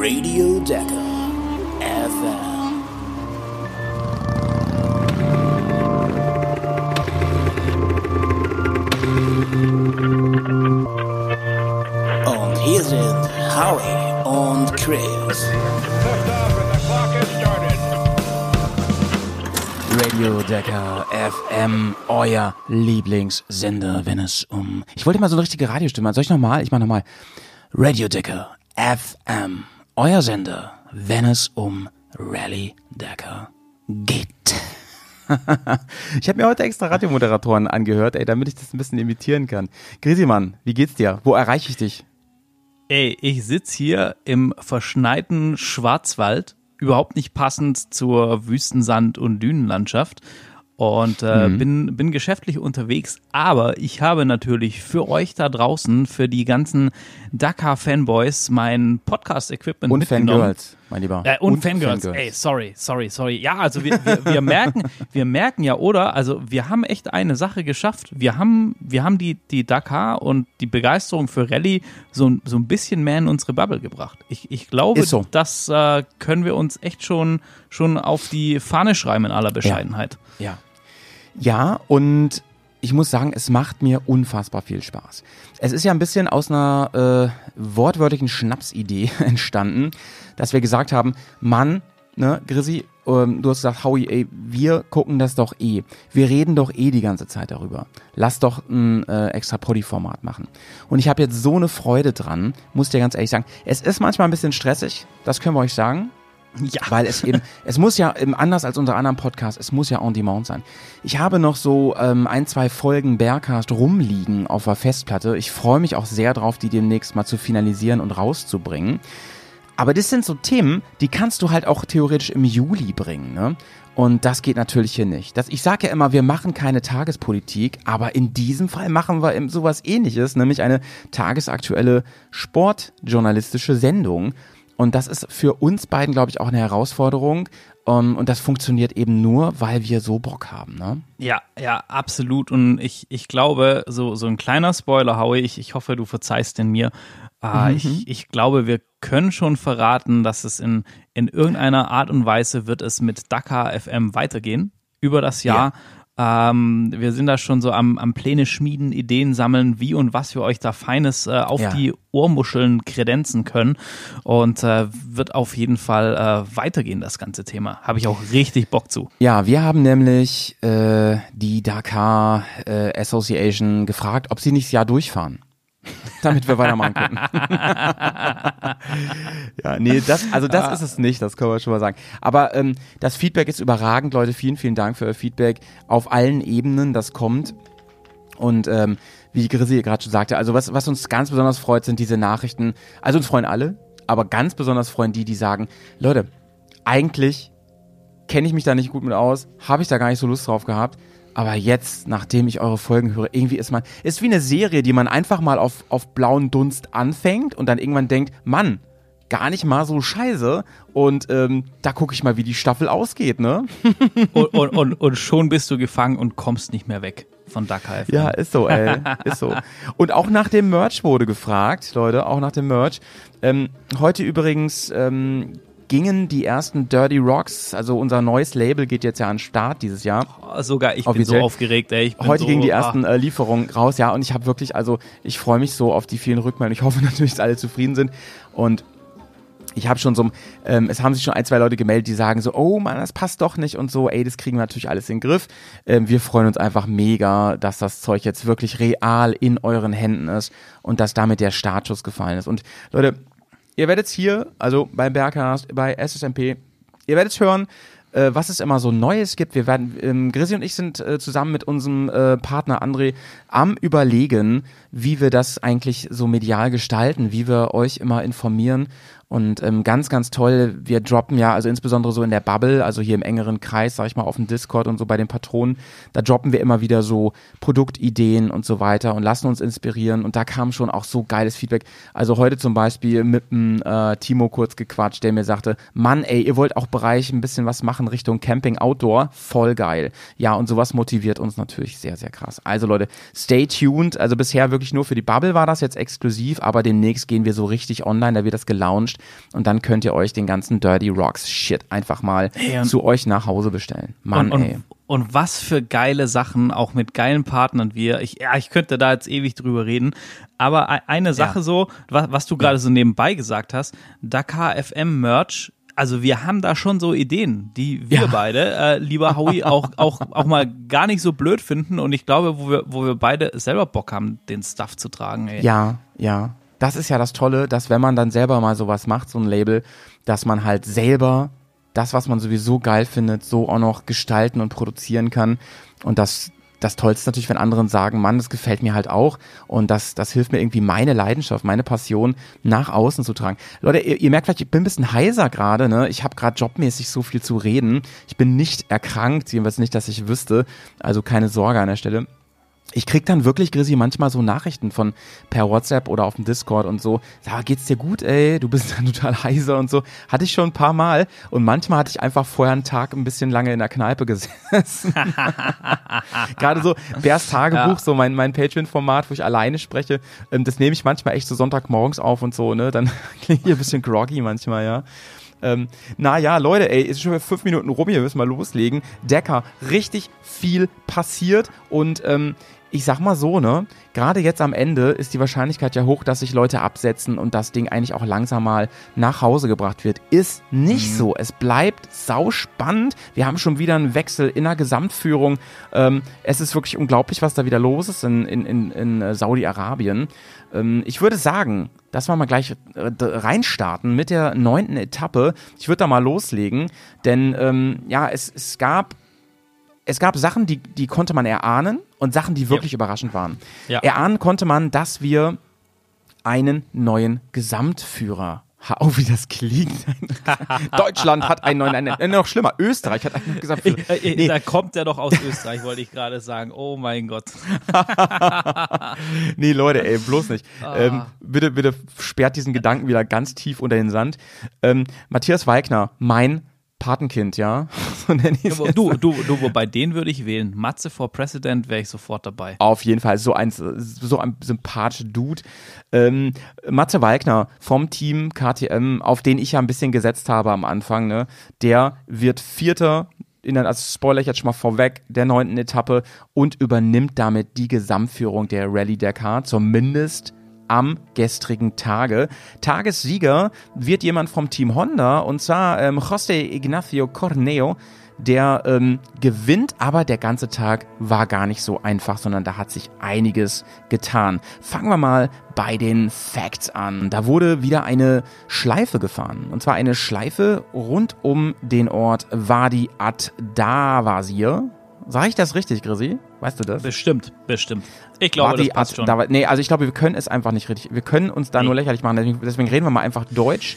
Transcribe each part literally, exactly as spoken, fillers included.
Radio Dakar F M. Und hier sind Howie und Chris. Radio Dakar F M, euer Lieblingssender, wenn es um... Ich wollte mal so eine richtige Radiostimme. Soll ich nochmal? Ich mach nochmal. Radio Dakar F M, euer Sender, wenn es um Rallye Dakar geht. Ich habe mir heute extra Radiomoderatoren angehört, ey, damit ich das ein bisschen imitieren kann. Grisimann, wie geht's dir? Wo erreiche ich dich? Ey, ich sitze hier im verschneiten Schwarzwald, überhaupt nicht passend zur Wüstensand- und Dünenlandschaft und äh, mhm. bin, bin geschäftlich unterwegs, aber ich habe natürlich für euch da draußen, für die ganzen Dakar-Fanboys mein Podcast-Equipment und mitgenommen. Und Fangirls, mein Lieber. Äh, und, und Fangirls. Fangirls, ey, sorry, sorry, sorry. Ja, also wir, wir, wir merken, wir merken ja, oder? Also wir haben echt eine Sache geschafft. Wir haben, wir haben die, die Dakar und die Begeisterung für Rallye so, so ein bisschen mehr in unsere Bubble gebracht. Ich, ich glaube, so. das äh, können wir uns echt schon, schon auf die Fahne schreiben in aller Bescheidenheit. Ja. ja. Ja, und ich muss sagen, es macht mir unfassbar viel Spaß. Es ist ja ein bisschen aus einer äh, wortwörtlichen Schnapsidee entstanden, dass wir gesagt haben, Mann, ne, Grisi, ähm, du hast gesagt, Howie, ey, wir gucken das doch eh. Wir reden doch eh die ganze Zeit darüber. Lass doch ein äh, extra Poddy-Format machen. Und ich habe jetzt so eine Freude dran, muss dir ganz ehrlich sagen. Es ist manchmal ein bisschen stressig, das können wir euch sagen. Ja. Weil es eben, es muss ja eben anders als unsere anderen Podcasts, es muss ja on demand sein. Ich habe noch so ähm, ein, zwei Folgen Bearcast rumliegen auf der Festplatte. Ich freue mich auch sehr drauf, die demnächst mal zu finalisieren und rauszubringen. Aber das sind so Themen, die kannst du halt auch theoretisch im Juli bringen, ne? Und das geht natürlich hier nicht. Das, ich sage ja immer, wir machen keine Tagespolitik, aber in diesem Fall machen wir eben sowas Ähnliches, nämlich eine tagesaktuelle sportjournalistische Sendung. Und das ist für uns beiden, glaube ich, auch eine Herausforderung. Um, und das funktioniert eben nur, weil wir so Bock haben, ne? Ja, ja, absolut. Und ich, ich glaube, so, so ein kleiner Spoiler, Howie, ich, ich hoffe, du verzeihst den mir. Uh, mhm. ich, ich glaube, wir können schon verraten, dass es in, in irgendeiner Art und Weise wird es mit Dakar F M weitergehen über das Jahr. Ja. Ähm, wir sind da schon so am, am Pläne schmieden, Ideen sammeln, wie und was wir euch da Feines äh, auf ja. die Ohrmuscheln kredenzen können und äh, wird auf jeden Fall äh, weitergehen, das ganze Thema. Habe ich auch richtig Bock zu. Ja, wir haben nämlich äh, die Dakar äh, Association gefragt, ob sie nicht das Jahr durchfahren. Damit wir weitermachen können. Ja, nee, das, also das ist es nicht, das können wir schon mal sagen. Aber ähm, das Feedback ist überragend, Leute. Vielen, vielen Dank für euer Feedback auf allen Ebenen, das kommt. Und ähm, wie Grisi gerade schon sagte, also was, was uns ganz besonders freut, sind diese Nachrichten. Also uns freuen alle, aber ganz besonders freuen die, die sagen, Leute, eigentlich kenne ich mich da nicht gut mit aus, habe ich da gar nicht so Lust drauf gehabt. Aber jetzt, nachdem ich eure Folgen höre, irgendwie ist man, ist wie eine Serie, die man einfach mal auf, auf blauen Dunst anfängt und dann irgendwann denkt, Mann, gar nicht mal so scheiße. Und ähm, da gucke ich mal, wie die Staffel ausgeht, ne? und, und, und, und schon bist du gefangen und kommst nicht mehr weg von Dakar F M. Ja, ist so, ey, ist so. Und auch nach dem Merch wurde gefragt, Leute, auch nach dem Merch. Ähm, heute übrigens ähm, gingen die ersten Dirty Rocks, also unser neues Label geht jetzt ja an den Start dieses Jahr. Oh, sogar ich Offiziell. bin so aufgeregt, ey. Ich bin Heute so, gingen die ersten ah. äh, Lieferungen raus, ja, und ich habe wirklich, also ich freue mich so auf die vielen Rückmeldungen. Ich hoffe natürlich, dass alle zufrieden sind und ich habe schon so, ähm, es haben sich schon ein, zwei Leute gemeldet, die sagen so, oh Mann, das passt doch nicht und so, ey, das kriegen wir natürlich alles in den Griff. Ähm, wir freuen uns einfach mega, dass das Zeug jetzt wirklich real in euren Händen ist und dass damit der Startschuss gefallen ist. Und Leute, ihr werdet hier, also bei Bearcast, bei S S M P, ihr werdet hören, äh, was es immer so Neues gibt. Wir werden, ähm, Grisi und ich sind äh, zusammen mit unserem äh, Partner André am Überlegen, wie wir das eigentlich so medial gestalten, wie wir euch immer informieren. Und ähm, ganz, ganz toll, wir droppen ja, also insbesondere so in der Bubble, also hier im engeren Kreis, sag ich mal, auf dem Discord und so bei den Patronen, da droppen wir immer wieder so Produktideen und so weiter und lassen uns inspirieren und da kam schon auch so geiles Feedback. Also heute zum Beispiel mit dem äh, Timo kurz gequatscht, der mir sagte, Mann ey, ihr wollt auch Bereich ein bisschen was machen Richtung Camping, Outdoor, voll geil. Ja, und sowas motiviert uns natürlich sehr, sehr krass. Also Leute, stay tuned, also bisher wirklich nur für die Bubble war das jetzt exklusiv, aber demnächst gehen wir so richtig online, da wird das gelauncht. wünscht. Und dann könnt ihr euch den ganzen Dirty Rocks Shit einfach mal hey, zu euch nach Hause bestellen. Mann, und, ey. Und, und was für geile Sachen, auch mit geilen Partnern wir. Ich, ja, ich könnte da jetzt ewig drüber reden. Aber eine Sache ja. so, was, was du gerade ja. so nebenbei gesagt hast, Dakar F M Merch. Also wir haben da schon so Ideen, die wir ja. beide, äh, lieber Howie, auch, auch, auch mal gar nicht so blöd finden. Und ich glaube, wo wir, wo wir beide selber Bock haben, den Stuff zu tragen. Ey. Ja, ja. Das ist ja das Tolle, dass wenn man dann selber mal sowas macht, so ein Label, dass man halt selber das, was man sowieso geil findet, so auch noch gestalten und produzieren kann. Und das Das Tollste ist natürlich, wenn andere sagen, Mann, das gefällt mir halt auch und das, das hilft mir irgendwie, meine Leidenschaft, meine Passion nach außen zu tragen. Leute, ihr, ihr merkt vielleicht, ich bin ein bisschen heiser gerade, ne? Ich habe gerade jobmäßig so viel zu reden. Ich bin nicht erkrankt, jedenfalls nicht, dass ich wüsste, also keine Sorge an der Stelle. Ich krieg dann wirklich, Grisi, manchmal so Nachrichten von per WhatsApp oder auf dem Discord und so, sag, geht's dir gut, ey, du bist dann total heiser und so. Hatte ich schon ein paar Mal und manchmal hatte ich einfach vorher einen Tag ein bisschen lange in der Kneipe gesessen. Gerade so Bärs Tagebuch, ja. so mein, mein Patreon-Format, wo ich alleine spreche, das nehme ich manchmal echt so Sonntagmorgens auf und so, ne, dann klingt ich ein bisschen groggy manchmal, ja. Ähm, naja, Leute, ey, ist schon wieder fünf Minuten rum, hier müssen wir loslegen. Dakar, richtig viel passiert und ähm, ich sag mal so, ne, gerade jetzt am Ende ist die Wahrscheinlichkeit ja hoch, dass sich Leute absetzen und das Ding eigentlich auch langsam mal nach Hause gebracht wird. Ist nicht mhm. so. Es bleibt sauspannend. Wir haben schon wieder einen Wechsel in der Gesamtführung. Ähm, es ist wirklich unglaublich, was da wieder los ist in, in, in, in Saudi-Arabien. Ähm, ich würde sagen, dass wir mal gleich äh, reinstarten mit der neunten Etappe. Ich würde da mal loslegen, denn ähm, ja, es, es gab Es gab Sachen, die, die konnte man erahnen und Sachen, die wirklich ja. überraschend waren. Ja. Erahnen konnte man, dass wir einen neuen Gesamtführer haben. Oh, wie das klingt. Deutschland hat einen neuen, einen, äh, noch schlimmer, Österreich hat einen Gesamtführer. Nee. Da kommt der doch aus Österreich, wollte ich gerade sagen. Oh mein Gott. Nee, Leute, ey, bloß nicht. Ah. Ähm, bitte, bitte sperrt diesen Gedanken wieder ganz tief unter den Sand. Ähm, Matthias Walkner, mein Patenkind, ja. So nenne ich es. Du, du, du, wobei den würde ich wählen. Matze for President wäre ich sofort dabei. Auf jeden Fall, so ein, so ein sympathischer Dude. Ähm, Matze Walkner vom Team K T M, auf den ich ja ein bisschen gesetzt habe am Anfang, ne, der wird Vierter in der, also spoiler ich jetzt schon mal vorweg, der neunten Etappe und übernimmt damit die Gesamtführung der Rallye Dakar, zumindest am gestrigen Tage. Tagessieger wird jemand vom Team Honda und zwar ähm, José Ignacio Corneo, der ähm, gewinnt, aber der ganze Tag war gar nicht so einfach, sondern da hat sich einiges getan. Fangen wir mal bei den Facts an. Da wurde wieder eine Schleife gefahren und zwar eine Schleife rund um den Ort Wadi ad-Dawasir. Sag ich das richtig, Grisi? Weißt du das? Bestimmt, bestimmt. Ich glaube, Wadi das passt schon. Da, nee, also ich glaube, wir können es einfach nicht richtig. Wir können uns da nee. nur lächerlich machen. Deswegen, deswegen reden wir mal einfach Deutsch.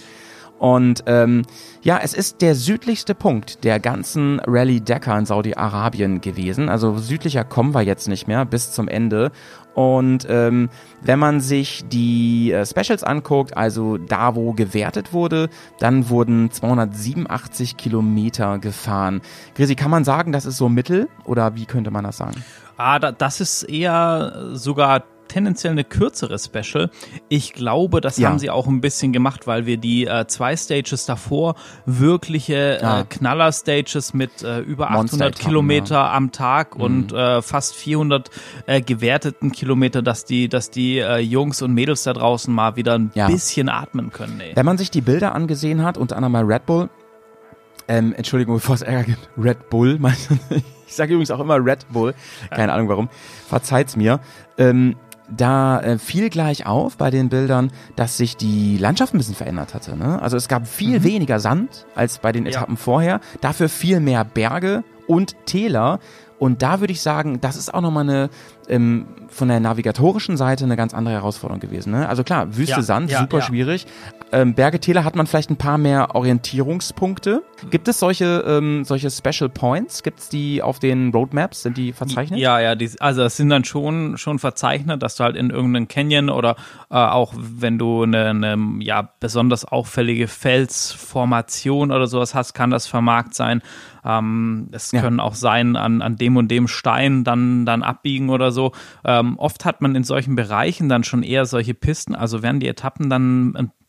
Und ähm, ja, es ist der südlichste Punkt der ganzen Rallye Dakar in Saudi-Arabien gewesen. Also südlicher kommen wir jetzt nicht mehr bis zum Ende. Und ähm, wenn man sich die äh, Specials anguckt, also da, wo gewertet wurde, dann wurden zweihundertsiebenundachtzig Kilometer gefahren. Grisi, kann man sagen, das ist so Mittel oder wie könnte man das sagen? Ah, da, das ist eher sogar tendenziell eine kürzere Special. Ich glaube, das ja. haben sie auch ein bisschen gemacht, weil wir die äh, zwei Stages davor wirkliche ja. äh, Knaller-Stages mit äh, über achthundert Kilometer ja. am Tag mhm. und äh, fast vierhundert äh, gewerteten Kilometer, dass die, dass die äh, Jungs und Mädels da draußen mal wieder ein ja. bisschen atmen können. Ey. Wenn man sich die Bilder angesehen hat, unter anderem mal Red Bull, ähm, Entschuldigung, bevor es Ärger gibt, Red Bull, ich sage übrigens auch immer Red Bull, keine Ahnung warum, verzeiht's mir, ähm, da äh, fiel gleich auf bei den Bildern, dass sich die Landschaft ein bisschen verändert hatte. Ne? Also es gab viel mhm. weniger Sand als bei den Etappen ja. vorher, dafür viel mehr Berge und Täler. Und da würde ich sagen, das ist auch nochmal eine, ähm, von der navigatorischen Seite eine ganz andere Herausforderung gewesen. Ne? Also klar, Wüste, ja, Sand, ja, super ja. schwierig. Ähm, Berge, Täler hat man vielleicht ein paar mehr Orientierungspunkte. Gibt es solche, ähm, solche Special Points? Gibt es die auf den Roadmaps? Sind die verzeichnet? Ja, ja, die, also es sind dann schon, schon verzeichnet, dass du halt in irgendeinem Canyon oder äh, auch wenn du eine, eine ja, besonders auffällige Felsformation oder sowas hast, kann das vermarkt sein. Ähm, es ja. können auch sein, an, an dem und dem Stein dann, dann abbiegen oder so. Ähm, oft hat man in solchen Bereichen dann schon eher solche Pisten, also werden die Etappen dann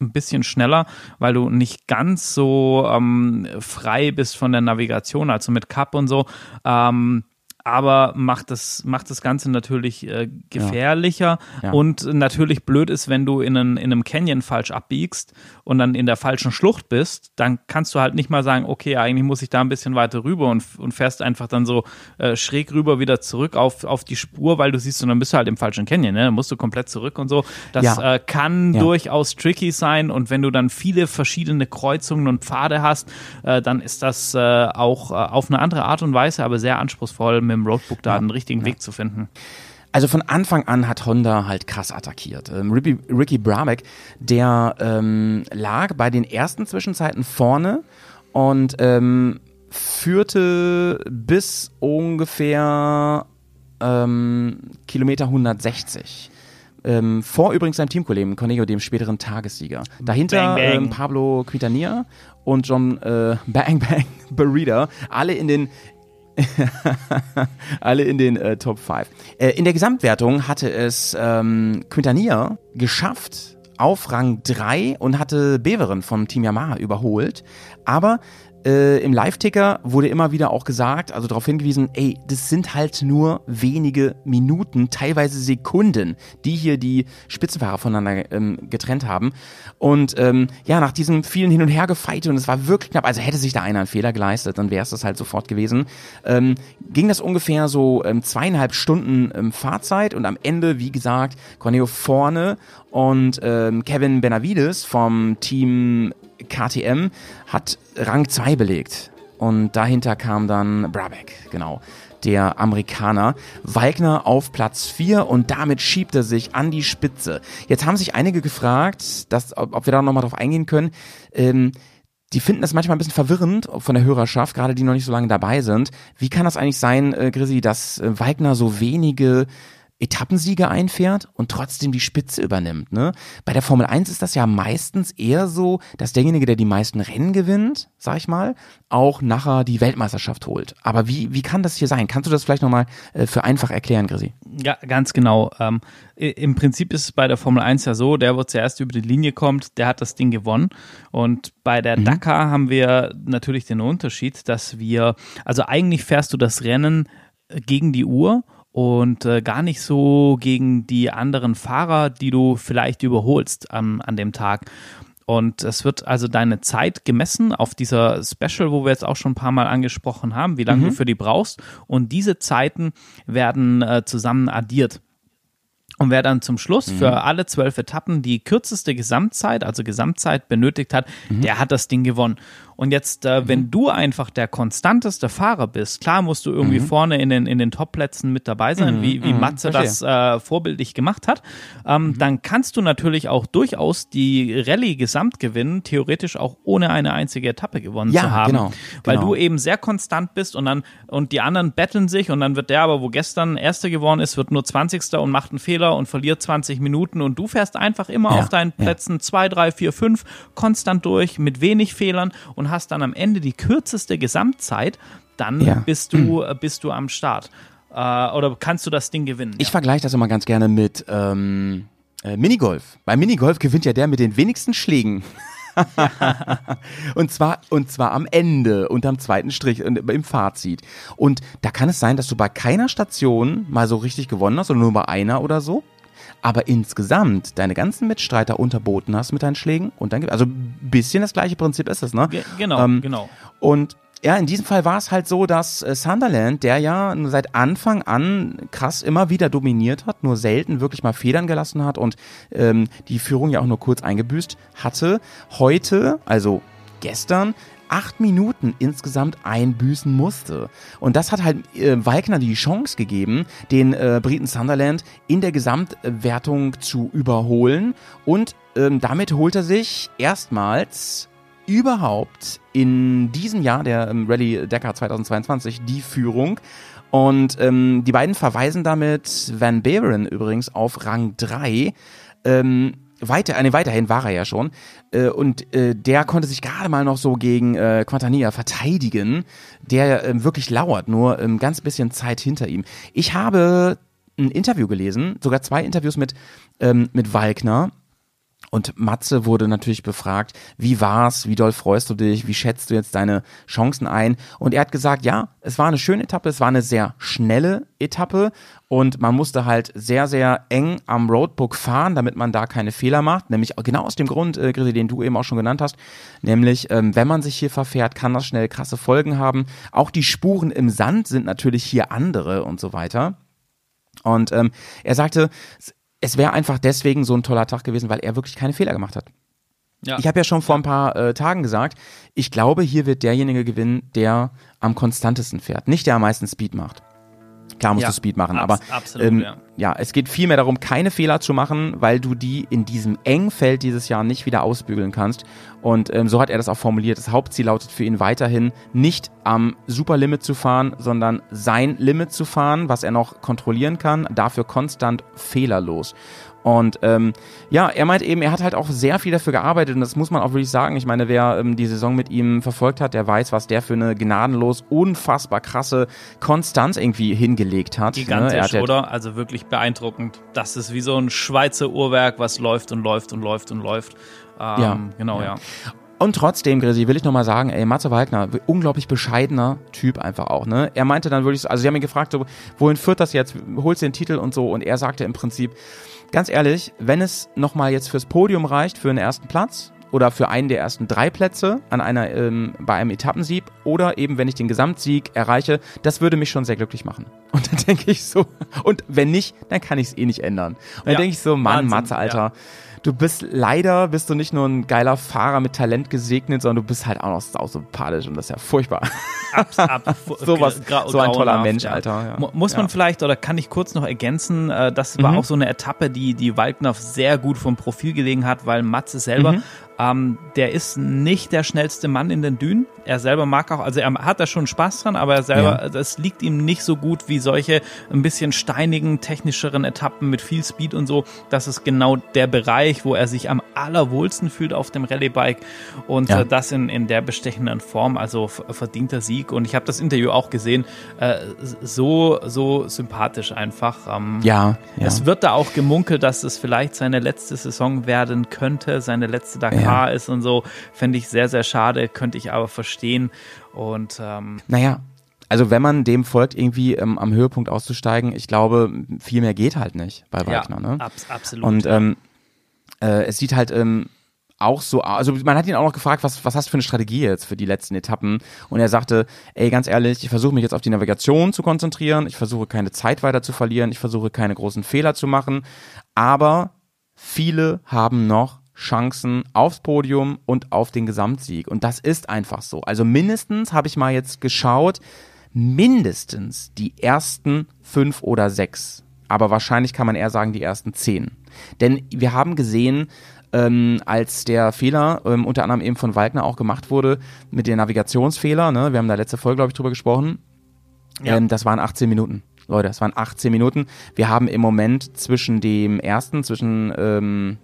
ein bisschen schneller, weil du nicht ganz so ähm, frei bist von der Navigation, also mit Cup und so. Ähm, aber macht das, macht das Ganze natürlich äh, gefährlicher ja. Ja. und natürlich blöd ist, wenn du in, einen, in einem Canyon falsch abbiegst und dann in der falschen Schlucht bist, dann kannst du halt nicht mal sagen, okay, eigentlich muss ich da ein bisschen weiter rüber und, und fährst einfach dann so äh, schräg rüber wieder zurück auf, auf die Spur, weil du siehst, und dann bist du halt im falschen Canyon, ne? Dann musst du komplett zurück und so. Das ja. äh, kann ja. durchaus tricky sein und wenn du dann viele verschiedene Kreuzungen und Pfade hast, äh, dann ist das äh, auch äh, auf eine andere Art und Weise, aber sehr anspruchsvoll mit dem Roadbook da ja, einen richtigen ja. Weg zu finden. Also von Anfang an hat Honda halt krass attackiert. Ähm, Ricky, Ricky Brabec, der ähm, lag bei den ersten Zwischenzeiten vorne und ähm, führte bis ungefähr ähm, Kilometer hundertsechzig. Ähm, vor übrigens seinem Teamkollegen Cornejo, dem späteren Tagessieger. Dahinter Bang, bang. Ähm, Pablo Quintanilla und John äh, Bang Bang Barrida, alle in den alle in den äh, Top fünf. Äh, in der Gesamtwertung hatte es ähm, Quintanilla geschafft auf Rang drei und hatte Beveren vom Team Yamaha überholt, aber Äh, im Live-Ticker wurde immer wieder auch gesagt, also darauf hingewiesen, ey, das sind halt nur wenige Minuten, teilweise Sekunden, die hier die Spitzenfahrer voneinander ähm, getrennt haben. Und ähm, ja, nach diesem vielen Hin- und Hergefeite, und es war wirklich knapp, also hätte sich da einer einen Fehler geleistet, dann wäre es das halt sofort gewesen, ähm, ging das ungefähr so ähm, zweieinhalb Stunden ähm, Fahrzeit und am Ende, wie gesagt, Corneo vorne und ähm, Kevin Benavides vom Team K T M hat Rang zwei belegt und dahinter kam dann Brabec, genau, der Amerikaner. Walkner auf Platz vier und damit schiebt er sich an die Spitze. Jetzt haben sich einige gefragt, dass, ob wir da nochmal drauf eingehen können. Ähm, die finden das manchmal ein bisschen verwirrend von der Hörerschaft, gerade die noch nicht so lange dabei sind. Wie kann das eigentlich sein, äh, Grisi, dass äh, Walkner so wenige Etappensiege einfährt und trotzdem die Spitze übernimmt, ne? Bei der Formel eins ist das ja meistens eher so, dass derjenige, der die meisten Rennen gewinnt, sag ich mal, auch nachher die Weltmeisterschaft holt. Aber wie, wie kann das hier sein? Kannst du das vielleicht nochmal äh, für einfach erklären, Grisi? Ja, ganz genau. Ähm, im Prinzip ist es bei der Formel eins ja so, der, wo zuerst über die Linie kommt, der hat das Ding gewonnen. Und bei der mhm. Dakar haben wir natürlich den Unterschied, dass wir, also eigentlich fährst du das Rennen gegen die Uhr und äh, gar nicht so gegen die anderen Fahrer, die du vielleicht überholst ähm, an dem Tag. Und es wird also deine Zeit gemessen auf dieser Special, wo wir jetzt auch schon ein paar Mal angesprochen haben, wie lange mhm. du für die brauchst. Und diese Zeiten werden äh, zusammen addiert. Und wer dann zum Schluss mhm. für alle zwölf Etappen die kürzeste Gesamtzeit, also Gesamtzeit benötigt hat, mhm. der hat das Ding gewonnen. Und jetzt, äh, mhm. wenn du einfach der konstanteste Fahrer bist, klar musst du irgendwie mhm. vorne in den, in den Top-Plätzen mit dabei sein, mhm. wie, wie Matze mhm. das äh, vorbildlich gemacht hat, ähm, mhm. dann kannst du natürlich auch durchaus die Rallye gesamt gewinnen, theoretisch auch ohne eine einzige Etappe gewonnen ja, zu haben. Genau, weil genau. du eben sehr konstant bist und dann und die anderen betteln sich und dann wird der aber, wo gestern Erster geworden ist, wird nur zwanzigster und macht einen Fehler und verliert zwanzig Minuten und du fährst einfach immer ja, auf deinen Plätzen zwei, drei, vier, fünf konstant durch mit wenig Fehlern und hast dann am Ende die kürzeste Gesamtzeit, dann ja. bist du bist du am Start. Äh, oder kannst du das Ding gewinnen? Ich ja. vergleiche das immer ganz gerne mit ähm, äh, Minigolf. Beim Minigolf gewinnt ja der mit den wenigsten Schlägen. und zwar und zwar am Ende, unterm zweiten Strich, im Fazit. Und da kann es sein, dass du bei keiner Station mal so richtig gewonnen hast oder nur bei einer oder so. Aber insgesamt deine ganzen Mitstreiter unterboten hast mit deinen Schlägen und dann, also ein bisschen das gleiche Prinzip ist es, ne? Ge- genau, ähm, genau. Und ja, in diesem Fall war es halt so, dass äh, Sunderland, der ja seit Anfang an krass immer wieder dominiert hat, nur selten wirklich mal Federn gelassen hat und ähm, die Führung ja auch nur kurz eingebüßt hatte, heute, also gestern, acht Minuten insgesamt einbüßen musste. Und das hat halt äh, Walkner die Chance gegeben, den äh, Briten Sunderland in der Gesamtwertung zu überholen. Und ähm, damit holt er sich erstmals überhaupt in diesem Jahr, der ähm, Rallye Dakar zweitausendzweiundzwanzig, die Führung. Und ähm, die beiden verweisen damit Van Beveren übrigens auf Rang drei. Ähm, Weiter, äh, weiterhin war er ja schon äh, und äh, der konnte sich gerade mal noch so gegen äh, Quintanilla verteidigen, der äh, wirklich lauert, nur ein ähm, ganz bisschen Zeit hinter ihm. Ich habe ein Interview gelesen, sogar zwei Interviews mit, ähm, mit Walkner Und Matze wurde natürlich befragt, wie war's, wie doll freust du dich, wie schätzt du jetzt deine Chancen ein? Und er hat gesagt, ja, es war eine schöne Etappe, es war eine sehr schnelle Etappe und man musste halt sehr, sehr eng am Roadbook fahren, damit man da keine Fehler macht, nämlich genau aus dem Grund, äh, Grisi, den du eben auch schon genannt hast, nämlich ähm, wenn man sich hier verfährt, kann das schnell krasse Folgen haben. Auch die Spuren im Sand sind natürlich hier andere und so weiter. Und ähm, er sagte, es wäre einfach deswegen so ein toller Tag gewesen, weil er wirklich keine Fehler gemacht hat. Ja. Ich habe ja schon vor ein paar äh, Tagen gesagt, ich glaube, hier wird derjenige gewinnen, der am konstantesten fährt, nicht der am meisten Speed macht. Klar musst ja, du Speed machen, abs- aber absolut, ähm, ja. ja, es geht vielmehr darum, keine Fehler zu machen, weil du die in diesem engen Feld dieses Jahr nicht wieder ausbügeln kannst. Und ähm, so hat er das auch formuliert. Das Hauptziel lautet für ihn weiterhin, nicht am Superlimit zu fahren, sondern sein Limit zu fahren, was er noch kontrollieren kann, dafür konstant fehlerlos. Und ähm, ja, er meint eben, er hat halt auch sehr viel dafür gearbeitet und das muss man auch wirklich sagen. Ich meine, wer ähm, die Saison mit ihm verfolgt hat, der weiß, was der für eine gnadenlos, unfassbar krasse Konstanz irgendwie hingelegt hat. Gigantisch, ne? Er hat oder? Ja, also wirklich beeindruckend. Das ist wie so ein Schweizer Uhrwerk, was läuft und läuft und läuft und läuft. Ähm, ja, genau, ja. ja. Und trotzdem, Grisi, will ich nochmal sagen, ey, Matze Walkner, unglaublich bescheidener Typ einfach auch, ne? Er meinte dann wirklich, also sie haben ihn gefragt, so, wohin führt das jetzt? Holst du den Titel und so? Und er sagte im Prinzip, ganz ehrlich, wenn es nochmal jetzt fürs Podium reicht, für einen ersten Platz oder für einen der ersten drei Plätze an einer, ähm, bei einem Etappensieg oder eben, wenn ich den Gesamtsieg erreiche, das würde mich schon sehr glücklich machen. Und dann denke ich so, und wenn nicht, dann kann ich es eh nicht ändern. Und dann ja, denke ich so, Mann, Wahnsinn, Matze, Alter, ja. Du bist leider, bist du nicht nur ein geiler Fahrer mit Talent gesegnet, sondern du bist halt auch noch sausympathisch und das ist ja furchtbar. Ab, ab, so, was, gra- so ein toller Mensch, ja. Alter. Ja. Muss man ja. vielleicht, oder kann ich kurz noch ergänzen, das war mhm. auch so eine Etappe, die, die Walkner sehr gut vom Profil gelegen hat, weil Matze selber, mhm. ähm, der ist nicht der schnellste Mann in den Dünen. Er selber mag auch, also er hat da schon Spaß dran, aber er selber, ja. das liegt ihm nicht so gut wie solche ein bisschen steinigen, technischeren Etappen mit viel Speed und so. Das ist genau der Bereich, wo er sich am allerwohlsten fühlt auf dem Rallye-Bike und ja. äh, das in, in der bestechenden Form, also f- verdienter Sieg. Und ich habe das Interview auch gesehen, äh, so so sympathisch einfach. Ähm, ja, ja. Es wird da auch gemunkelt, dass es vielleicht seine letzte Saison werden könnte, seine letzte Dakar ja. ist und so. Fände ich sehr, sehr schade, könnte ich aber verstehen. Und ähm, naja, also wenn man dem folgt, irgendwie ähm, am Höhepunkt auszusteigen, ich glaube, viel mehr geht halt nicht bei Walkner. Ja, ne? ab, absolut. Und ähm, äh, es sieht halt ähm, auch so, also man hat ihn auch noch gefragt, was, was hast du für eine Strategie jetzt für die letzten Etappen? Und er sagte, ey, ganz ehrlich, ich versuche mich jetzt auf die Navigation zu konzentrieren, ich versuche keine Zeit weiter zu verlieren, ich versuche keine großen Fehler zu machen, aber viele haben noch Chancen aufs Podium und auf den Gesamtsieg. Und das ist einfach so. Also mindestens, habe ich mal jetzt geschaut, mindestens die ersten fünf oder sechs. Aber wahrscheinlich kann man eher sagen, die ersten zehn. Denn wir haben gesehen, ähm, als der Fehler ähm, unter anderem eben von Walkner auch gemacht wurde, mit den Navigationsfehler, ne? Wir haben da letzte Folge, glaube ich, drüber gesprochen. Ja. Ähm, das waren achtzehn Minuten. Leute, das waren achtzehn Minuten. Wir haben im Moment zwischen dem ersten, zwischen ähm,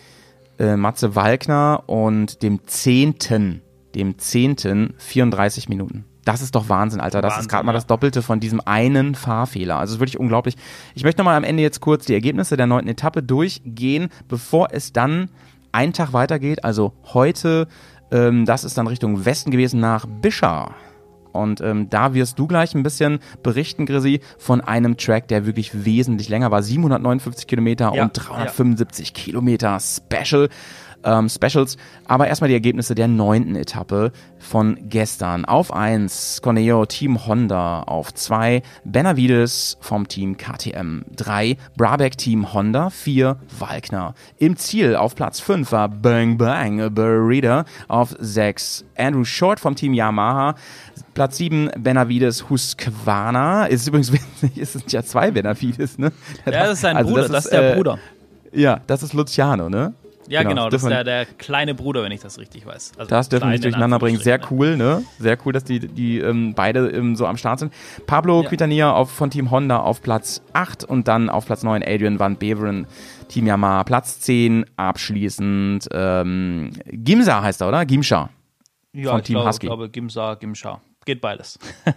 äh, Matze Walkner und dem zehnten, dem zehnten vierunddreißig Minuten. Das ist doch Wahnsinn, Alter. Das Wahnsinn, ist gerade mal das Doppelte von diesem einen Fahrfehler. Also es ist wirklich unglaublich. Ich möchte nochmal am Ende jetzt kurz die Ergebnisse der neunten Etappe durchgehen, bevor es dann einen Tag weitergeht. Also heute, ähm, das ist dann Richtung Westen gewesen nach Bischa. Und ähm, da wirst du gleich ein bisschen berichten, Grisi, von einem Track, der wirklich wesentlich länger war. siebenhundertneunundfünfzig Kilometer ja, und dreihundertfünfundsiebzig ja. Kilometer Special. Ähm, Specials, aber erstmal die Ergebnisse der neunten Etappe von gestern. Auf eins Corneo Team Honda, auf zwei Benavides vom Team K T M, drei Brabec Team Honda, vier Walkner. Im Ziel auf Platz fünf war Bang Bang Burrida, auf sechs Andrew Short vom Team Yamaha, Platz sieben Benavides Husqvarna. Ist übrigens witzig, es sind ja zwei Benavides, ne? Ja, das ist sein also Bruder, das ist, das ist der äh, Bruder. Ja, das ist Luciano, ne? Ja, genau, genau das ist der, der kleine Bruder, wenn ich das richtig weiß. Also das dürfen wir nicht durcheinander bringen. Sehr cool, ne? Sehr cool, dass die, die ähm, beide ähm, so am Start sind. Pablo ja. Quintanilla auf, von Team Honda auf Platz acht und dann auf Platz neun Adrian Van Beveren, Team Yamaha, Platz zehn abschließend ähm, Gimsa heißt er, oder? Gimsha. Ja, von ich Team glaube, Husky. Ich glaube Gimsa, Gimsha. geht beides.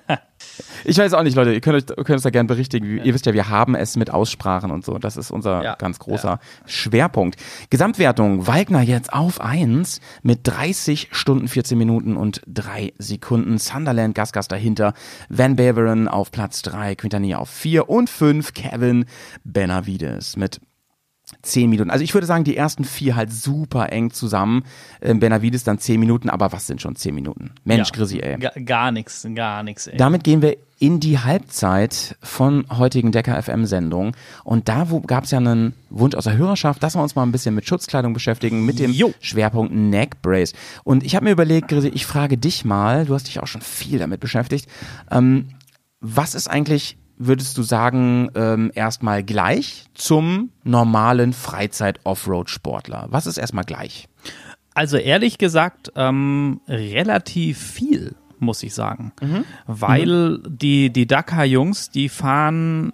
Ich weiß auch nicht, Leute, ihr könnt, euch, könnt uns da gerne berichtigen. Ihr wisst ja, wir haben es mit Aussprachen und so. Das ist unser ja, ganz großer ja. Schwerpunkt. Gesamtwertung, Wagner jetzt auf eins mit dreißig Stunden, vierzehn Minuten und drei Sekunden. Sunderland, Gasgas dahinter. Van Beveren auf Platz drei, Quintana auf vier und fünf, Kevin Benavides mit zehn Minuten. Also ich würde sagen, die ersten vier halt super eng zusammen. Ähm, Benavides dann zehn Minuten, aber was sind schon zehn Minuten? Mensch, ja, Grisi, ey. Gar, gar nichts, gar nichts, ey. Damit gehen wir in die Halbzeit von heutigen Decker F M-Sendung. Und da gab es ja einen Wunsch aus der Hörerschaft, dass wir uns mal ein bisschen mit Schutzkleidung beschäftigen, mit dem jo. Schwerpunkt Neck Brace. Und ich habe mir überlegt, Grisi, ich frage dich mal, du hast dich auch schon viel damit beschäftigt, ähm, was ist eigentlich, würdest du sagen, ähm, erstmal gleich zum normalen Freizeit-Offroad-Sportler? Was ist erstmal gleich? Also ehrlich gesagt, ähm, relativ viel, muss ich sagen. Mhm. Weil mhm. die, die Dakar-Jungs, die fahren,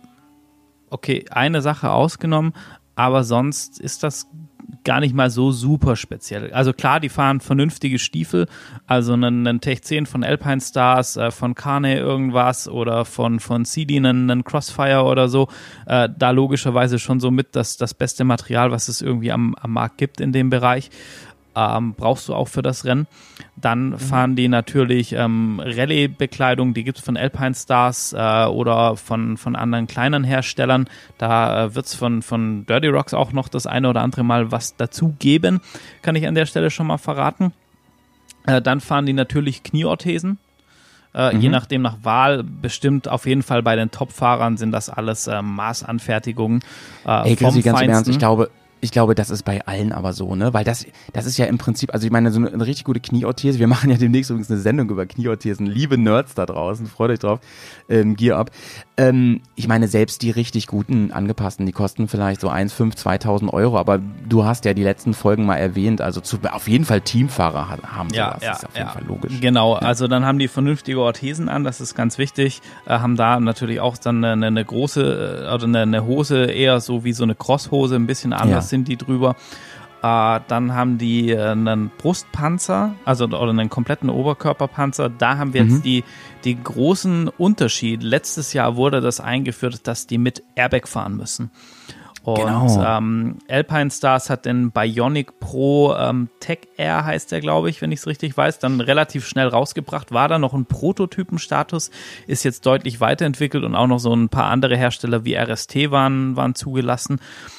okay, eine Sache ausgenommen, aber sonst ist das gar nicht mal so super speziell. Also klar, die fahren vernünftige Stiefel, also einen, einen Tech zehn von Alpine Stars, äh, von Carne irgendwas oder von, von C D einen, einen Crossfire oder so. Äh, da logischerweise schon so mit das, das beste Material, was es irgendwie am, am Markt gibt in dem Bereich. Ähm, brauchst du auch für das Rennen. Dann mhm. fahren die natürlich ähm, Rallye-Bekleidung, die gibt es von Alpine Stars äh, oder von, von anderen kleineren Herstellern. Da äh, wird es von, von Dirty Rocks auch noch das eine oder andere Mal was dazu geben, kann ich an der Stelle schon mal verraten. Äh, dann fahren die natürlich Knieorthesen. Äh, mhm. Je nachdem nach Wahl, bestimmt auf jeden Fall bei den Top-Fahrern sind das alles äh, Maßanfertigungen äh, Ey, vom Chrissy, ganz Feinsten. im Ernst, ich glaube, Ich glaube, das ist bei allen aber so, ne? Weil das, das ist ja im Prinzip, also ich meine, so eine, eine richtig gute Knieorthese, wir machen ja demnächst übrigens eine Sendung über Knieorthesen, liebe Nerds da draußen, freut euch drauf, ähm, Gear Up. Ähm, ich meine, selbst die richtig guten angepassten, die kosten vielleicht so eins Komma fünf, zweitausend Euro, aber du hast ja die letzten Folgen mal erwähnt, also zu, auf jeden Fall Teamfahrer haben sowas, ja, ja, das ist auf jeden ja. Fall logisch. Genau, ja. Also dann haben die vernünftige Orthesen an, das ist ganz wichtig, äh, haben da natürlich auch dann eine, eine große, oder eine, eine Hose, eher so wie so eine Crosshose, ein bisschen anders ja. sind die drüber. Uh, dann haben die äh, einen Brustpanzer, also oder einen kompletten Oberkörperpanzer. Da haben wir mhm. jetzt die, die großen Unterschied. Letztes Jahr wurde das eingeführt, dass die mit Airbag fahren müssen. Und genau. ähm, Alpine Stars hat den Bionic Pro ähm, Tech Air, heißt der, glaube ich, wenn ich es richtig weiß, dann relativ schnell rausgebracht. War da noch ein Prototypenstatus, ist jetzt deutlich weiterentwickelt und auch noch so ein paar andere Hersteller wie R S T waren, waren zugelassen.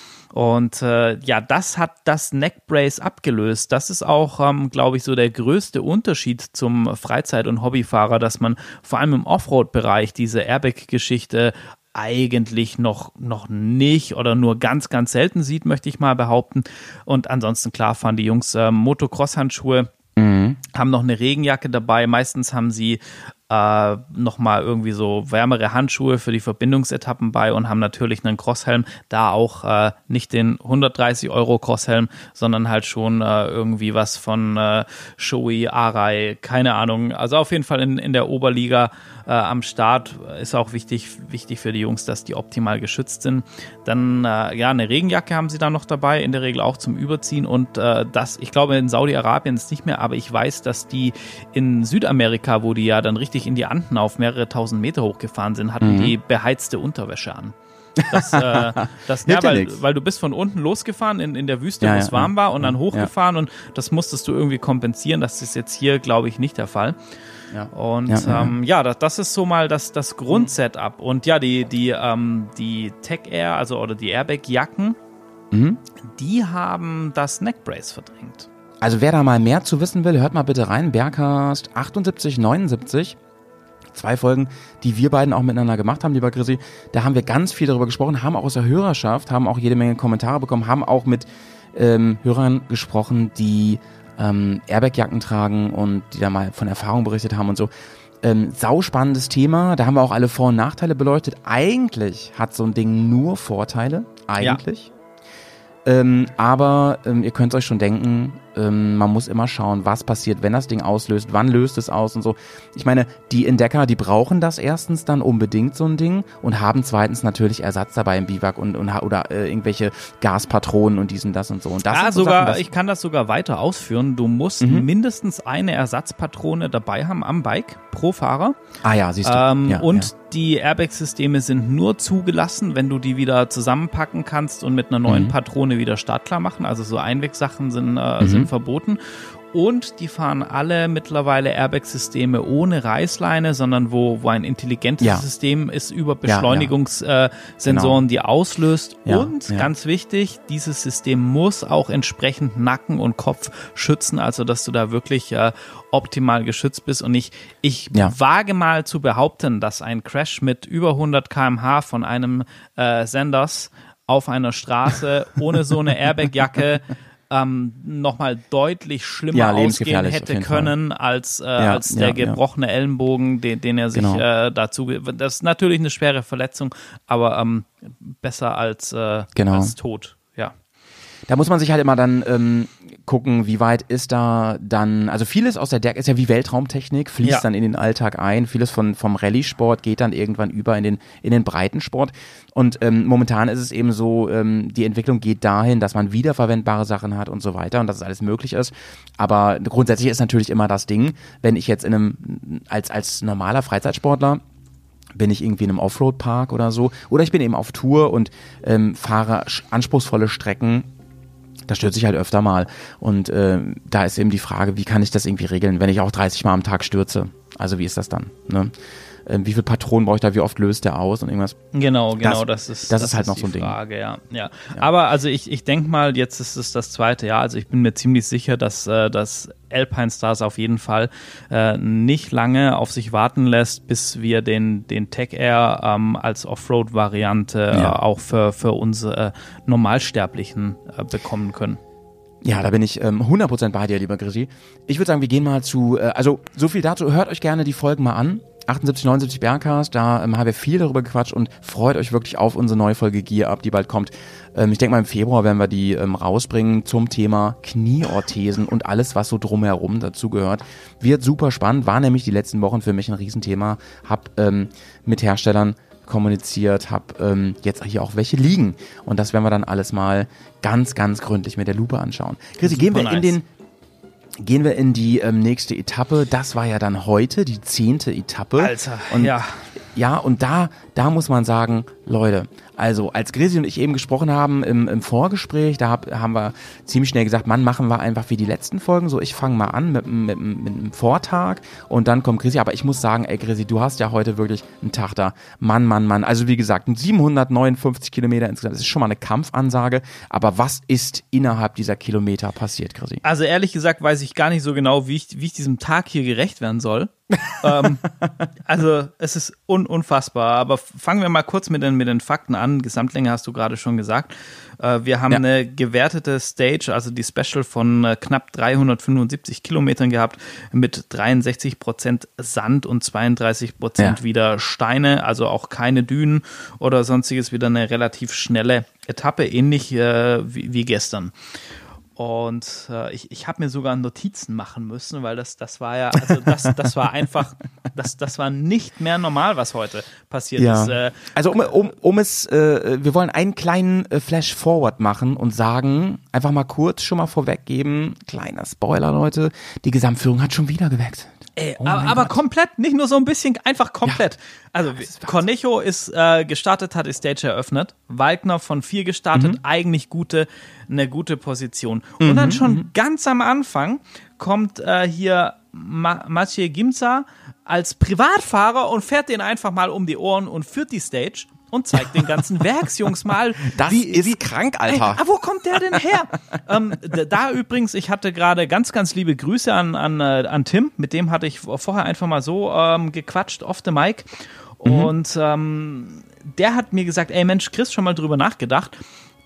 Und äh, ja, das hat das Neckbrace abgelöst. Das ist auch, ähm, glaube ich, so der größte Unterschied zum Freizeit- und Hobbyfahrer, dass man vor allem im Offroad-Bereich diese Airbag-Geschichte eigentlich noch, noch nicht oder nur ganz, ganz selten sieht, möchte ich mal behaupten. Und ansonsten, klar, fahren die Jungs äh, Motocross-Handschuhe, mhm. haben noch eine Regenjacke dabei. Meistens haben sie äh, nochmal irgendwie so wärmere Handschuhe für die Verbindungsetappen bei und haben natürlich einen Crosshelm, da auch äh, nicht den hundertdreißig Euro Crosshelm, sondern halt schon äh, irgendwie was von äh, Shoei, Arai, keine Ahnung. Also auf jeden Fall in, in der Oberliga äh, am Start ist auch wichtig, wichtig für die Jungs, dass die optimal geschützt sind. Dann, äh, ja, eine Regenjacke haben sie da noch dabei, in der Regel auch zum Überziehen und äh, das, ich glaube in Saudi-Arabien ist nicht mehr, aber ich weiß, dass die in Südamerika, wo die ja dann richtig in die Anden auf mehrere tausend Meter hochgefahren sind, hatten mhm. die beheizte Unterwäsche an. Das, äh, das ja, weil, weil du bist von unten losgefahren in, in der Wüste, ja, wo es ja, warm war und dann hochgefahren ja. und das musstest du irgendwie kompensieren. Das ist jetzt hier, glaube ich, nicht der Fall. Ja. Und ja, ja, ähm, ja das, das ist so mal das, das Grundsetup. Und ja, die, die, ähm, die Tech Air, also oder die Airbag-Jacken, mhm. die haben das Neckbrace verdrängt. Also wer da mal mehr zu wissen will, hört mal bitte rein. Bergcast achtundsiebzig, neunundsiebzig. Zwei Folgen, die wir beiden auch miteinander gemacht haben, lieber Chrissy. Da haben wir ganz viel darüber gesprochen, haben auch aus der Hörerschaft, haben auch jede Menge Kommentare bekommen, haben auch mit ähm, Hörern gesprochen, die ähm, Airbag-Jacken tragen und die da mal von Erfahrung berichtet haben und so. Ähm, sauspannendes Thema, da haben wir auch alle Vor- und Nachteile beleuchtet. Eigentlich hat so ein Ding nur Vorteile, eigentlich. Ja. Ähm, aber ähm, ihr könnt euch schon denken, ähm, man muss immer schauen, was passiert, wenn das Ding auslöst, wann löst es aus und so. Ich meine, die Entdecker, die brauchen das erstens dann unbedingt so ein Ding und haben zweitens natürlich Ersatz dabei im Biwak und, und oder äh, irgendwelche Gaspatronen und diesen, das und so. Und das ja, sind so sogar, Sachen, ich kann das sogar weiter ausführen. Du musst mhm. mindestens eine Ersatzpatrone dabei haben am Bike pro Fahrer. Ah ja, siehst du. Ähm, ja, und ja. die Airbag-Systeme sind nur zugelassen, wenn du die wieder zusammenpacken kannst und mit einer neuen mhm. Patrone wieder startklar machen. Also so Einwegsachen sind, äh, mhm. sind verboten. Und die fahren alle mittlerweile Airbag-Systeme ohne Reißleine, sondern wo, wo ein intelligentes ja. System ist über Beschleunigungssensoren, ja, ja. äh, genau. die auslöst. Ja, und ja. ganz wichtig, dieses System muss auch entsprechend Nacken und Kopf schützen, also dass du da wirklich äh, optimal geschützt bist. Und ich, ich ja. wage mal zu behaupten, dass ein Crash mit über hundert Kilometer pro Stunde von einem äh, Senders auf einer Straße ohne so eine Airbag-Jacke Ähm, nochmal deutlich schlimmer ja, ausgehen hätte können als, äh, ja, als der ja, gebrochene ja. Ellenbogen, den, den er sich genau. äh, dazu. Das ist natürlich eine schwere Verletzung, aber ähm, besser als, äh, genau. als tot. Ja. Da muss man sich halt immer dann ähm, gucken, wie weit ist da dann, also vieles aus der D E R C ist ja wie Weltraumtechnik, fließt ja. dann in den Alltag ein, vieles von vom Rallye-Sport geht dann irgendwann über in den in den Breitensport und ähm, momentan ist es eben so, ähm, die Entwicklung geht dahin, dass man wiederverwendbare Sachen hat und so weiter und dass es alles möglich ist, aber grundsätzlich ist natürlich immer das Ding, wenn ich jetzt in einem, als als normaler Freizeitsportler bin ich irgendwie in einem Offroad-Park oder so, oder ich bin eben auf Tour und ähm, fahre anspruchsvolle Strecken. Da stürze ich halt öfter mal und äh, da ist eben die Frage, wie kann ich das irgendwie regeln, wenn ich auch dreißig Mal am Tag stürze? Also wie ist das dann? Ne? Ähm, wie viel Patronen brauche ich da, wie oft löst der aus und irgendwas? Genau, genau, das, das ist das, das ist halt noch die so ein Frage, Ding. Ja. Ja. ja. Aber also ich, ich denke mal, jetzt ist es das zweite Jahr, also ich bin mir ziemlich sicher, dass äh, das Alpinestars auf jeden Fall äh, nicht lange auf sich warten lässt, bis wir den, den Tech Air ähm, als Offroad-Variante ja. äh, auch für, für unsere äh, Normalsterblichen äh, bekommen können. Ja, da bin ich ähm, hundert Prozent bei dir, lieber Chrissy. Ich würde sagen, wir gehen mal zu, äh, also so viel dazu, hört euch gerne die Folgen mal an. achtundsiebzig, neunundsiebzig Bergcast, da ähm, haben wir viel darüber gequatscht und freut euch wirklich auf unsere neue Folge Gear Up, die bald kommt. Ähm, ich denke mal im Februar werden wir die ähm, rausbringen zum Thema Knieorthesen und alles, was so drumherum dazu gehört. Wird super spannend, war nämlich die letzten Wochen für mich ein Riesenthema. Hab ähm, mit Herstellern kommuniziert, hab ähm, jetzt hier auch welche liegen und das werden wir dann alles mal ganz, ganz gründlich mit der Lupe anschauen. Chrissy, gehen wir nice. in den Gehen wir in die ähm, nächste Etappe. Das war ja dann heute die zehnte Etappe. Alter, und, ja. Ja, und da, da muss man sagen, Leute, also als Grisi und ich eben gesprochen haben im, im Vorgespräch, da hab, haben wir ziemlich schnell gesagt, Mann, machen wir einfach wie die letzten Folgen, so ich fange mal an mit, mit, mit einem Vortag und dann kommt Grisi, aber ich muss sagen, ey Grisi, du hast ja heute wirklich einen Tag da, Mann, Mann, Mann, also wie gesagt, siebenhundertneunundfünfzig Kilometer insgesamt, das ist schon mal eine Kampfansage, aber was ist innerhalb dieser Kilometer passiert, Grisi? Also ehrlich gesagt weiß ich gar nicht so genau, wie ich, wie ich diesem Tag hier gerecht werden soll. ähm, also es ist un- unfassbar, aber fangen wir mal kurz mit den, mit den Fakten an. Gesamtlänge hast du gerade schon gesagt. Äh, wir haben ja. eine gewertete Stage, also die Special von äh, knapp dreihundertfünfundsiebzig Kilometern gehabt, mit dreiundsechzig Prozent Sand und zweiunddreißig Prozent ja. wieder Steine, also auch keine Dünen oder sonstiges, wieder eine relativ schnelle Etappe, ähnlich äh, wie, wie gestern. Und äh, ich, ich habe mir sogar Notizen machen müssen, weil das, das war ja, also das, das war einfach, das, das war nicht mehr normal, was heute passiert ja. ist. Äh, also um, um, um es, äh, wir wollen einen kleinen äh, Flash-Forward machen und sagen, einfach mal kurz schon mal vorweggeben, kleiner Spoiler, Leute, die Gesamtführung hat schon wieder gewechselt. Ey, oh aber, aber komplett, nicht nur so ein bisschen, einfach komplett. Ja, also Cornejo ist äh, gestartet, hat die Stage eröffnet. Wagner von vier gestartet, mhm. eigentlich gute, eine gute Position. Mhm, und dann schon mhm. ganz am Anfang kommt äh, hier Ma- Maciej Gimsa als Privatfahrer und fährt den einfach mal um die Ohren und führt die Stage und zeigt den ganzen Werksjungs mal. Das wie, ist wie, krank, Alter. Ey, wo kommt der denn her? ähm, da übrigens, ich hatte gerade ganz, ganz liebe Grüße an, an, an Tim. Mit dem hatte ich vorher einfach mal so ähm, gequatscht, off the mic. Und mhm. ähm, der hat mir gesagt, ey Mensch, Chris, schon mal drüber nachgedacht.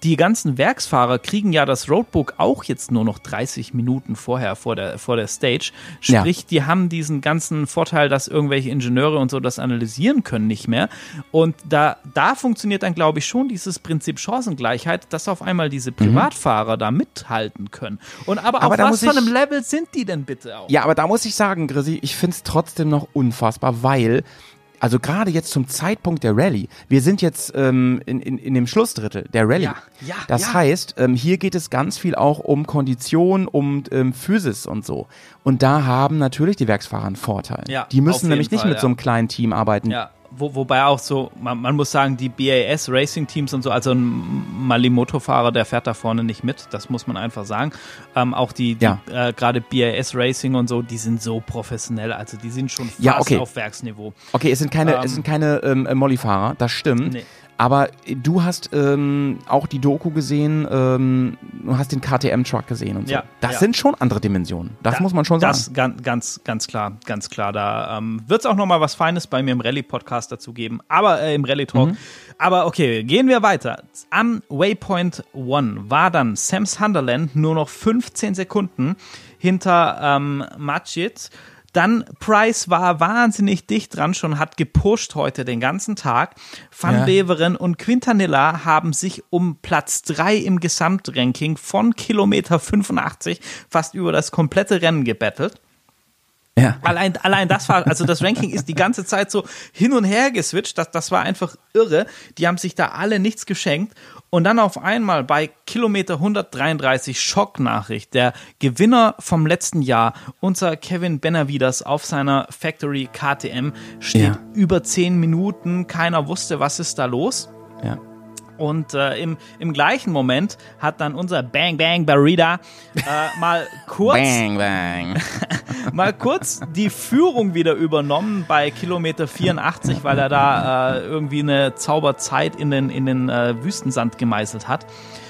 die ganzen Werksfahrer kriegen ja das Roadbook auch jetzt nur noch dreißig Minuten vorher, vor der, vor der Stage. Sprich, ja. die haben diesen ganzen Vorteil, dass irgendwelche Ingenieure und so das analysieren können, nicht mehr. Und da, da funktioniert dann, glaube ich, schon dieses Prinzip Chancengleichheit, dass auf einmal diese Privatfahrer mhm. da mithalten können. Und aber, aber auf was von einem Level sind die denn bitte auch? Ja, aber da muss ich sagen, Grisi, ich finde es trotzdem noch unfassbar, weil also gerade jetzt zum Zeitpunkt der Rallye, wir sind jetzt ähm, in, in, in dem Schlussdrittel der Rallye. Ja, ja, das ja. heißt, ähm, hier geht es ganz viel auch um Kondition, um ähm, Physis und so. Und da haben natürlich die Werksfahrer einen Vorteil. Ja, die müssen nämlich Fall, nicht mit ja. so einem kleinen Team arbeiten. Ja. Wo, wobei auch so, man, man muss sagen, die B A S Racing Teams und so, also ein Malimoto-Fahrer, der fährt da vorne nicht mit, das muss man einfach sagen. Ähm, auch die, die ja. äh, gerade B A S Racing und so, die sind so professionell, also die sind schon fast ja, okay. auf Werksniveau. Okay, es sind keine, ähm, es sind keine ähm, Molly-Fahrer, das stimmt. Nee. Aber du hast ähm, auch die Doku gesehen, ähm, du hast den K T M-Truck gesehen und so. Ja, das ja. sind schon andere Dimensionen. Das da, muss man schon sagen. Das ganz, ganz, ganz klar, ganz klar. Da ähm, wird es auch noch mal was Feines bei mir im Rallye-Podcast dazu geben, aber äh, im Rallye-Talk. Mhm. Aber okay, gehen wir weiter. Am Waypoint One war dann Sam Sunderland nur noch fünfzehn Sekunden hinter ähm, Majid. Dann Price war wahnsinnig dicht dran, schon hat gepusht heute den ganzen Tag. Van ja. Beveren und Quintanilla haben sich um Platz drei im Gesamtranking von Kilometer fünfundachtzig fast über das komplette Rennen gebettelt. Ja. Allein, allein das war, also das Ranking ist die ganze Zeit so hin und her geswitcht, das, das war einfach irre. Die haben sich da alle nichts geschenkt. Und dann auf einmal bei Kilometer hundertdreiunddreißig, Schocknachricht, der Gewinner vom letzten Jahr, unser Kevin Benavides auf seiner Factory K T M, steht ja. über zehn Minuten, keiner wusste, was ist da los. Ja. Und äh, im, im gleichen Moment hat dann unser Bang Bang Barida äh, mal kurz Bang Bang mal kurz die Führung wieder übernommen bei Kilometer vierundachtzig, weil er da äh, irgendwie eine Zauberzeit in den, in den äh, Wüstensand gemeißelt hat.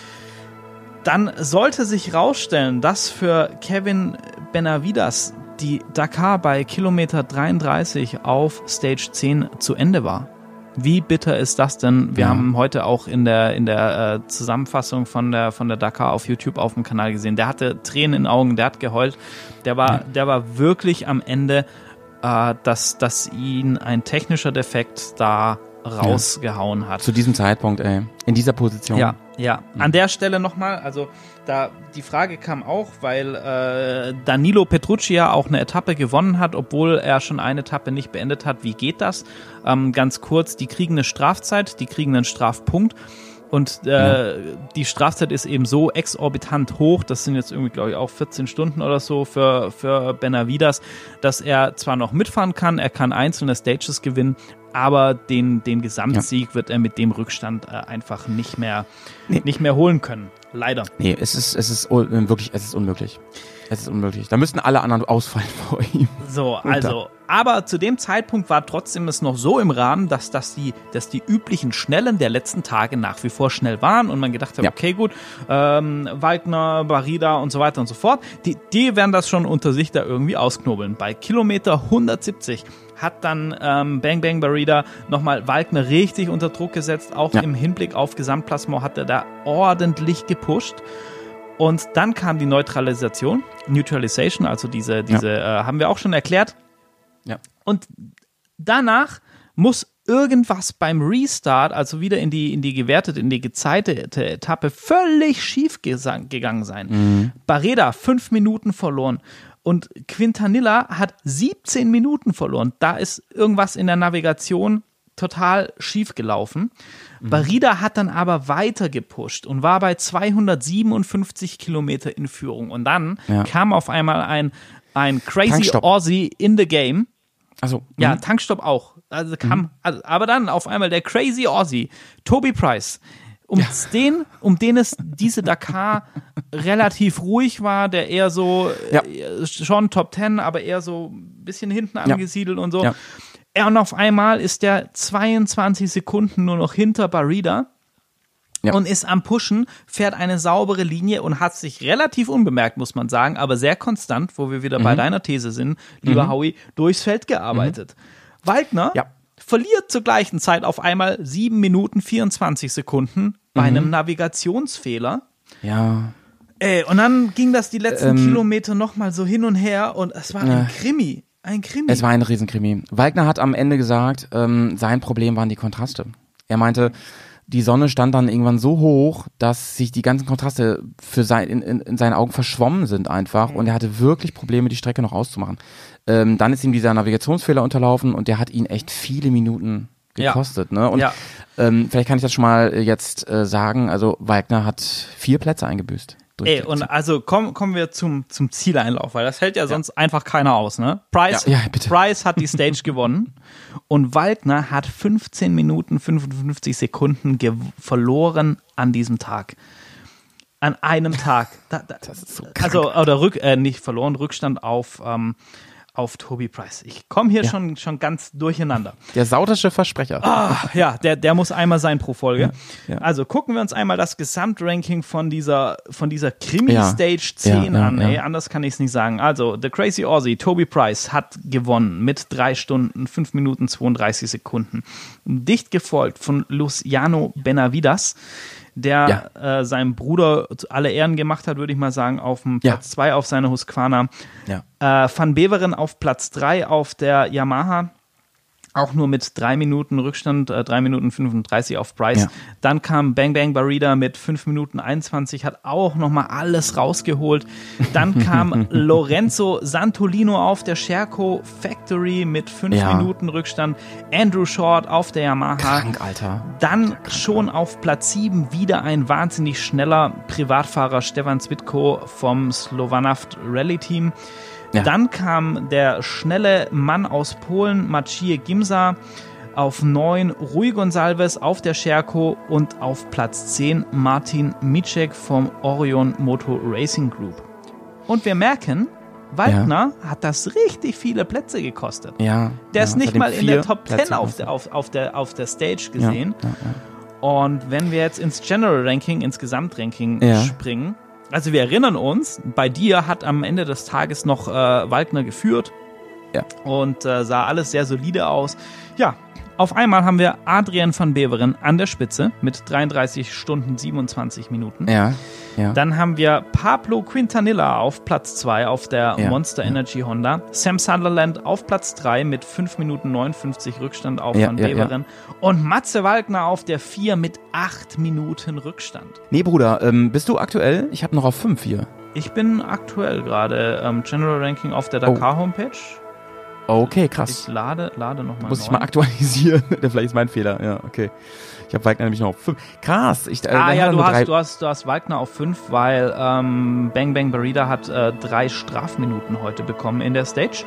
Dann sollte sich rausstellen, dass für Kevin Benavides die Dakar bei Kilometer dreiunddreißig auf Stage zehn zu Ende war. Wie bitter ist das denn? Wir ja. haben heute auch in der, in der äh, Zusammenfassung von der, von der Dakar auf YouTube auf dem Kanal gesehen. Der hatte Tränen in den Augen, der hat geheult. Der war, ja. der war wirklich am Ende, äh, dass, dass ihn ein technischer Defekt da rausgehauen ja. hat. Zu diesem Zeitpunkt, ey. In dieser Position. Ja, ja. An der Stelle nochmal, also da die Frage kam auch, weil äh, Danilo Petrucci ja auch eine Etappe gewonnen hat, obwohl er schon eine Etappe nicht beendet hat. Wie geht das? Ähm, ganz kurz, die kriegen eine Strafzeit, die kriegen einen Strafpunkt. Und äh, ja. die Strafzeit ist eben so exorbitant hoch, das sind jetzt irgendwie, glaube ich, auch vierzehn Stunden oder so für, für Benavides, dass er zwar noch mitfahren kann, er kann einzelne Stages gewinnen, aber den, den Gesamtsieg ja. wird er mit dem Rückstand äh, einfach nicht mehr, nee. nicht mehr holen können. Leider. Nee, es ist, es ist wirklich, es ist unmöglich. Es ist unmöglich. Da müssten alle anderen ausfallen vor ihm. So, also, aber zu dem Zeitpunkt war trotzdem es noch so im Rahmen, dass, dass, die, dass die üblichen Schnellen der letzten Tage nach wie vor schnell waren und man gedacht hat, ja. okay, gut, ähm, Wagner, Barida und so weiter und so fort, die, die werden das schon unter sich da irgendwie ausknobeln. Bei Kilometer hundertsiebzig hat dann ähm, Bang Bang Barida nochmal Wagner richtig unter Druck gesetzt, auch ja. im Hinblick auf Gesamtklassement hat er da ordentlich gepusht. Und dann kam die Neutralisation, Neutralization, also diese, diese ja. äh, haben wir auch schon erklärt. Ja. Und danach muss irgendwas beim Restart, also wieder in die, in die gewertete, in die gezeitete Etappe, völlig schief gesang, gegangen sein. Mhm. Bareda, fünf Minuten verloren. Und Quintanilla hat siebzehn Minuten verloren. Da ist irgendwas in der Navigation total schief gelaufen. Mhm. Barida hat dann aber weiter gepusht und war bei zweihundertsiebenundfünfzig Kilometer in Führung. Und dann ja. kam auf einmal ein, ein Crazy Tankstopp. Aussie in the game. Also, ja, mhm. Tankstopp auch. Also kam, mhm. also, aber dann auf einmal der Crazy Aussie, Toby Price, um ja. den, um den es diese Dakar relativ ruhig war, der eher so, ja. äh, schon Top Ten, aber eher so ein bisschen hinten angesiedelt ja. und so. Ja. Und auf einmal ist der zweiundzwanzig Sekunden nur noch hinter Barida ja. und ist am Pushen, fährt eine saubere Linie und hat sich relativ unbemerkt, muss man sagen, aber sehr konstant, wo wir wieder mhm. bei deiner These sind, lieber mhm. Howie, durchs Feld gearbeitet. Mhm. Waldner ja. verliert zur gleichen Zeit auf einmal sieben Minuten vierundzwanzig Sekunden bei mhm. einem Navigationsfehler. Ja. Ey, und dann ging das die letzten Ähm, Kilometer nochmal so hin und her und es war ein Ja. Krimi. Ein Krimi. Es war ein Riesenkrimi. Wagner hat am Ende gesagt, ähm, sein Problem waren die Kontraste. Er meinte, die Sonne stand dann irgendwann so hoch, dass sich die ganzen Kontraste für sein, in, in, in seinen Augen verschwommen sind einfach und er hatte wirklich Probleme, die Strecke noch auszumachen. Ähm, dann ist ihm dieser Navigationsfehler unterlaufen und der hat ihn echt viele Minuten gekostet. Ja. Ne? Und ja. ähm, vielleicht kann ich das schon mal jetzt äh, sagen, also Wagner hat vier Plätze eingebüßt. Ey, und also kommen, kommen wir zum, zum Zieleinlauf, weil das hält ja, ja. sonst einfach keiner aus, ne? Price, ja, ja, bitte. Price hat die Stage gewonnen und Waldner hat fünfzehn Minuten fünfundfünfzig Sekunden ge- verloren an diesem Tag. An einem Tag. Da, da, das ist so krank. Also, oder rück, äh, nicht verloren, Rückstand auf, ähm, auf Toby Price. Ich komme hier ja. schon, schon ganz durcheinander. Der sautische Versprecher. Ah, ja, der, der muss einmal sein pro Folge. Ja, ja. Also gucken wir uns einmal das Gesamtranking von dieser, von dieser Krimi-Stage ja, zehn ja, ja, an. ja. Ey, anders kann ich es nicht sagen. Also, The Crazy Aussie, Toby Price, hat gewonnen mit drei Stunden, fünf Minuten, zweiunddreißig Sekunden. Dicht gefolgt von Luciano Benavides, der ja. äh, seinem Bruder alle Ehren gemacht hat, würde ich mal sagen, auf dem Platz zwei ja. auf seiner Husqvarna. Ja. Äh, Van Beveren auf Platz drei auf der Yamaha, auch nur mit drei Minuten Rückstand, äh, drei Minuten fünfunddreißig auf Price. Ja. Dann kam Bang Bang Barida mit fünf Minuten einundzwanzig, hat auch nochmal alles rausgeholt. Dann kam Lorenzo Santolino auf der Sherco Factory mit fünf ja. Minuten Rückstand. Andrew Short auf der Yamaha. Krank, Alter. Dann Krank, schon auf Platz sieben wieder ein wahnsinnig schneller Privatfahrer Stefan Zwitko vom Slowanaft Rally Team. Ja. Dann kam der schnelle Mann aus Polen, Maciej Gimsa, auf neun Rui Gonsalves auf der Sherco und auf Platz zehn Martin Micek vom Orion Moto Racing Group. Und wir merken, Waldner ja. hat das richtig viele Plätze gekostet. Ja, der ja, ist nicht mal in der Top Plätze zehn auf der, auf, auf, der, auf der Stage gesehen. Ja, ja, ja. Und wenn wir jetzt ins General Ranking, ins Gesamtranking ja. springen, also wir erinnern uns, bei dir hat am Ende des Tages noch äh, Waldner geführt ja. und äh, sah alles sehr solide aus. Ja, auf einmal haben wir Adrian van Beveren an der Spitze mit dreiunddreißig Stunden siebenundzwanzig Minuten. Ja, ja. Dann haben wir Pablo Quintanilla auf Platz zwei auf der ja, Monster ja. Energy Honda. Sam Sutherland auf Platz drei mit fünf Minuten neunundfünfzig Rückstand auf ja, van ja, Beveren. Ja. Und Matze Waldner auf der vier mit acht Minuten Rückstand. Nee, Bruder, ähm, bist du aktuell? Ich habe noch auf fünf hier. Ich bin aktuell gerade ähm, General Ranking auf der Dakar oh. Homepage. Okay, krass. Ich lade, lade nochmal. Muss neu. Ich mal aktualisieren. Vielleicht ist mein Fehler. Ja, okay. Ich habe Wagner nämlich noch auf fünf. Krass. Ich, äh, ah ja, du hast, drei... du, hast, du hast Wagner auf fünf, weil ähm, Bang Bang Barida hat äh, drei Strafminuten heute bekommen in der Stage.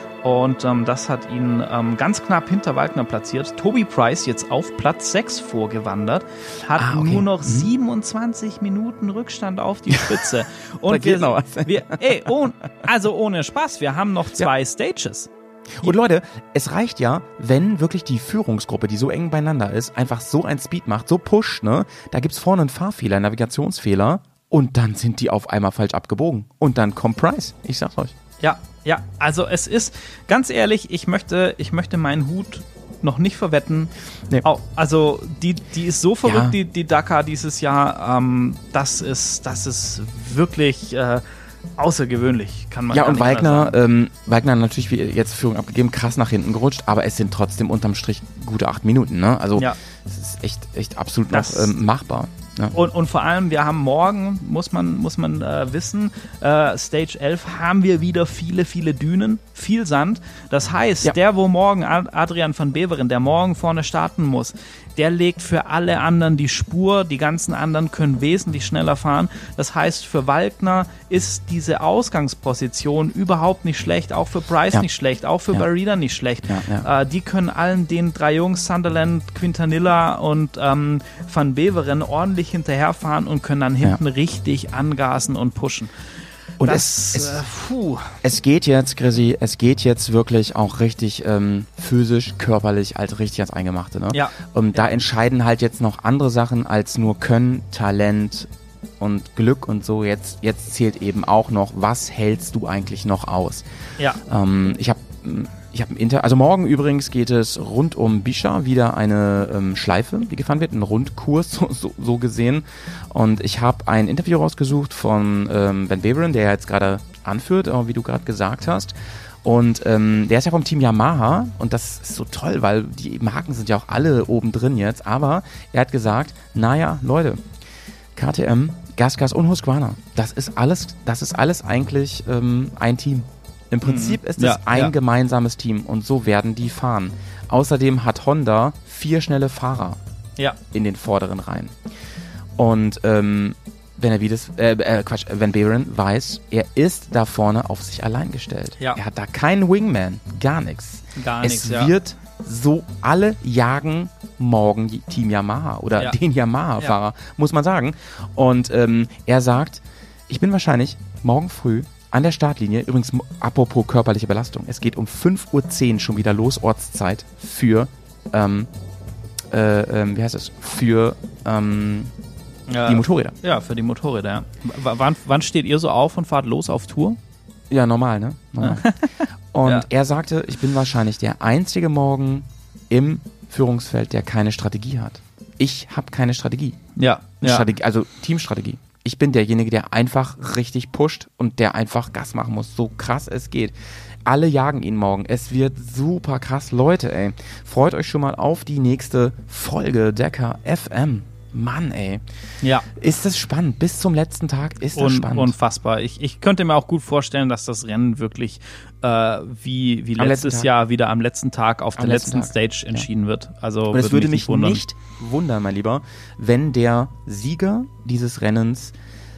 Und ähm, das hat ihn ähm, ganz knapp hinter Wagner platziert. Toby Price jetzt auf Platz sechs vorgewandert, hat ah, okay. nur noch mhm. siebenundzwanzig Minuten Rückstand auf die Spitze. Und da geht wir, noch was. wir, ey, oh, also ohne Spaß, wir haben noch zwei ja. Stages. Und Leute, es reicht ja, wenn wirklich die Führungsgruppe, die so eng beieinander ist, einfach so ein Speed macht, so pusht, ne? Da gibt's vorne einen Fahrfehler, einen Navigationsfehler und dann sind die auf einmal falsch abgebogen. Und dann kommt Price. Ich sag's euch. Ja, ja, also es ist, ganz ehrlich, ich möchte, ich möchte meinen Hut noch nicht verwetten. Nee. Also die, die ist so verrückt, ja. die, die Dakar dieses Jahr. Ähm, das ist, das ist wirklich äh, außergewöhnlich, kann man ja, gar und nicht Wagner, mal sagen. Ähm, Wagner natürlich wie jetzt Führung abgegeben, krass nach hinten gerutscht, aber es sind trotzdem unterm Strich gute acht Minuten, ne? Also ja. es ist echt, echt absolut das noch ähm, machbar. Ja. Und, und vor allem, wir haben morgen, muss man, muss man äh, wissen, äh, Stage elf haben wir wieder viele, viele Dünen, viel Sand. Das heißt, ja. der, wo morgen Adrian van Beveren, der morgen vorne starten muss, der legt für alle anderen die Spur, die ganzen anderen können wesentlich schneller fahren. Das heißt, für Waldner ist diese Ausgangsposition überhaupt nicht schlecht, auch für Price ja. nicht schlecht, auch für ja. Barida nicht schlecht. Ja, ja. Äh, die können allen den drei Jungs, Sunderland, Quintanilla und ähm, van Beveren ordentlich hinterherfahren und können dann hinten ja. richtig angasen und pushen. Und das, es, es, äh, puh. es geht jetzt, Chrissy, es geht jetzt wirklich auch richtig ähm, physisch, körperlich, halt richtig ans Eingemachte. Ne? Ja. Und da entscheiden halt jetzt noch andere Sachen als nur Können, Talent und Glück und so. Jetzt, jetzt zählt eben auch noch, was hältst du eigentlich noch aus? Ja. Ähm, ich habe ich habe ein Inter, also morgen übrigens geht es rund um Bichat wieder eine ähm, Schleife, die gefahren wird, ein Rundkurs so, so, so gesehen. Und ich habe ein Interview rausgesucht von ähm, Van Beveren, der jetzt gerade anführt, äh, wie du gerade gesagt hast. Und ähm, der ist ja vom Team Yamaha und das ist so toll, weil die Marken sind ja auch alle oben drin jetzt. Aber er hat gesagt, naja, Leute, K T M, GasGas und Husqvarna, das ist alles, das ist alles eigentlich ähm, ein Team. Im Prinzip ist es ja, ein ja. gemeinsames Team und so werden die fahren. Außerdem hat Honda vier schnelle Fahrer ja. in den vorderen Reihen. Und ähm, Benavides, äh, äh, Quatsch, Van Beveren weiß, er ist da vorne auf sich allein gestellt. Ja. Er hat da keinen Wingman, gar nichts. Gar es nichts, ja. wird so, alle jagen morgen die Team Yamaha oder Ja. den Yamaha-Fahrer, ja. muss man sagen. Und ähm, er sagt, ich bin wahrscheinlich morgen früh an der Startlinie, übrigens apropos körperliche Belastung, es geht um fünf Uhr zehn schon wieder los, Ortszeit, für, ähm, äh, ähm, wie heißt es, für ähm, ja, die Motorräder. Ja, für die Motorräder, ja. W- wann, wann steht ihr so auf und fahrt los auf Tour? Ja, normal, ne? Normal. Und Ja. er sagte, ich bin wahrscheinlich der einzige morgen im Führungsfeld, der keine Strategie hat. Ich habe keine Strategie. Ja, ja. Strategie, also Teamstrategie. Ich bin derjenige, der einfach richtig pusht und der einfach Gas machen muss, so krass es geht. Alle jagen ihn morgen. Es wird super krass. Leute, ey, freut euch schon mal auf die nächste Folge Decker F M. Mann, ey. Ja. Ist das spannend. Bis zum letzten Tag ist das Un- spannend. Unfassbar. Ich, ich könnte mir auch gut vorstellen, dass das Rennen wirklich äh, wie, wie Am letztes letzten Jahr wieder am letzten Tag auf Am der letzten letzten Tag. Stage entschieden wird. Also Und es würde mich nicht wundern. nicht wundern, mein Lieber, wenn der Sieger dieses Rennens,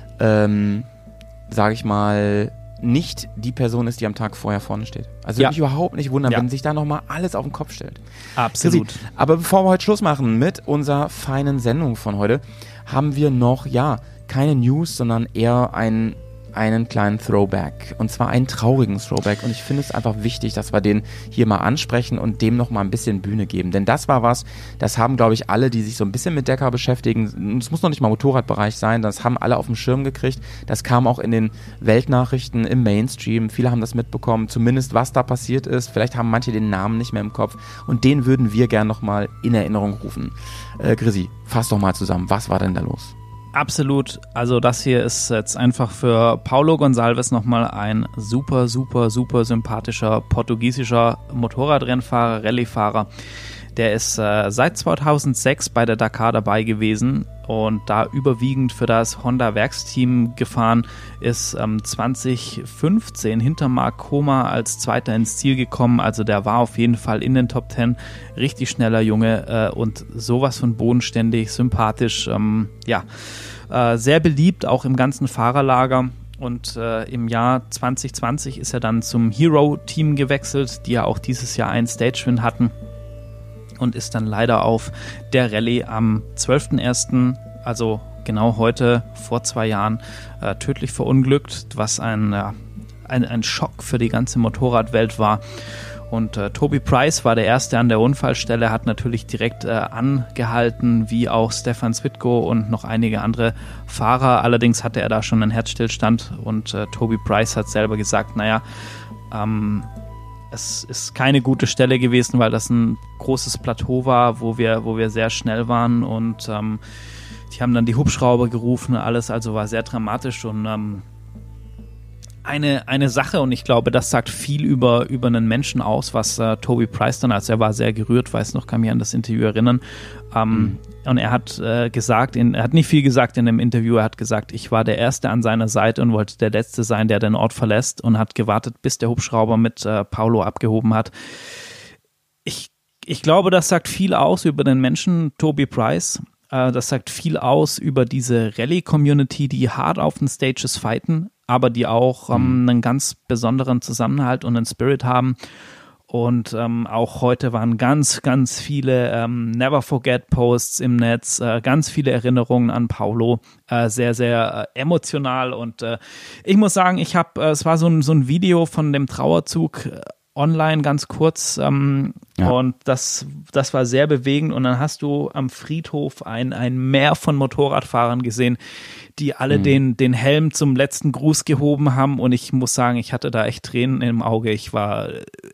ähm, sage ich mal, nicht die Person ist, die am Tag vorher vorne steht. Also Ja. würde mich überhaupt nicht wundern, Ja. wenn sich da nochmal alles auf den Kopf stellt. Absolut. Chrissy, aber bevor wir heute Schluss machen mit unserer feinen Sendung von heute, haben wir noch, ja, keine News, sondern eher ein, einen kleinen Throwback. Und zwar einen traurigen Throwback. Und ich finde es einfach wichtig, dass wir den hier mal ansprechen und dem noch mal ein bisschen Bühne geben. Denn das war was, das haben, glaube ich, alle, die sich so ein bisschen mit Decker beschäftigen, es muss noch nicht mal Motorradbereich sein, das haben alle auf dem Schirm gekriegt. Das kam auch in den Weltnachrichten, im Mainstream. Viele haben das mitbekommen, zumindest was da passiert ist. Vielleicht haben manche den Namen nicht mehr im Kopf. Und den würden wir gern noch mal in Erinnerung rufen. Äh, Chrissy, fass doch mal zusammen. Was war denn da los? Absolut. Also das hier ist jetzt einfach für Paulo Gonçalves nochmal ein super, super, super sympathischer portugiesischer Motorradrennfahrer, Rallyefahrer. Der ist äh, seit zweitausendsechs bei der Dakar dabei gewesen und da überwiegend für das Honda-Werksteam gefahren, ist ähm, zwanzig fünfzehn hinter Mark Homa als Zweiter ins Ziel gekommen. Also der war auf jeden Fall in den Top Ten. Richtig schneller Junge äh, und sowas von bodenständig, sympathisch. Ähm, ja, äh, sehr beliebt, auch im ganzen Fahrerlager. Und äh, im Jahr zwanzig zwanzig ist er dann zum Hero-Team gewechselt, die ja auch dieses Jahr einen Stage-Win hatten. Und ist dann leider auf der Rallye am zwölften ersten, also genau heute, vor zwei Jahren, äh, tödlich verunglückt, was ein, äh, ein, ein Schock für die ganze Motorradwelt war. Und äh, Toby Price war der Erste an der Unfallstelle, hat natürlich direkt äh, angehalten, wie auch Stefan Zwitko und noch einige andere Fahrer. Allerdings hatte er da schon einen Herzstillstand und äh, Toby Price hat selber gesagt, naja, ähm, es ist keine gute Stelle gewesen, weil das ein großes Plateau war, wo wir, wo wir sehr schnell waren und ähm, die haben dann die Hubschrauber gerufen, alles, also war sehr dramatisch und ähm, eine, eine Sache und ich glaube, das sagt viel über, über einen Menschen aus, was äh, Toby Price dann, also er war sehr gerührt, weiß noch, kann mich an das Interview erinnern, ähm, mhm. und er hat äh, gesagt, in, er hat nicht viel gesagt in dem Interview, er hat gesagt, ich war der Erste an seiner Seite und wollte der Letzte sein, der den Ort verlässt und hat gewartet, bis der Hubschrauber mit äh, Paulo abgehoben hat. Ich, ich glaube, das sagt viel aus über den Menschen Toby Price. Äh, das sagt viel aus über diese Rallye-Community, die hart auf den Stages fighten, aber die auch ähm, mhm. einen ganz besonderen Zusammenhalt und einen Spirit haben. Und ähm, auch heute waren ganz, ganz viele ähm, Never-Forget-Posts im Netz, äh, ganz viele Erinnerungen an Paulo, äh, sehr, sehr äh, emotional. Und äh, ich muss sagen, ich habe, äh, es war so ein, so ein Video von dem Trauerzug äh, online, ganz kurz. Ähm, ja. Und das, das war sehr bewegend. Und dann hast du am Friedhof ein, ein Meer von Motorradfahrern gesehen, die alle mhm. den, den Helm zum letzten Gruß gehoben haben. Und ich muss sagen, ich hatte da echt Tränen im Auge. Ich war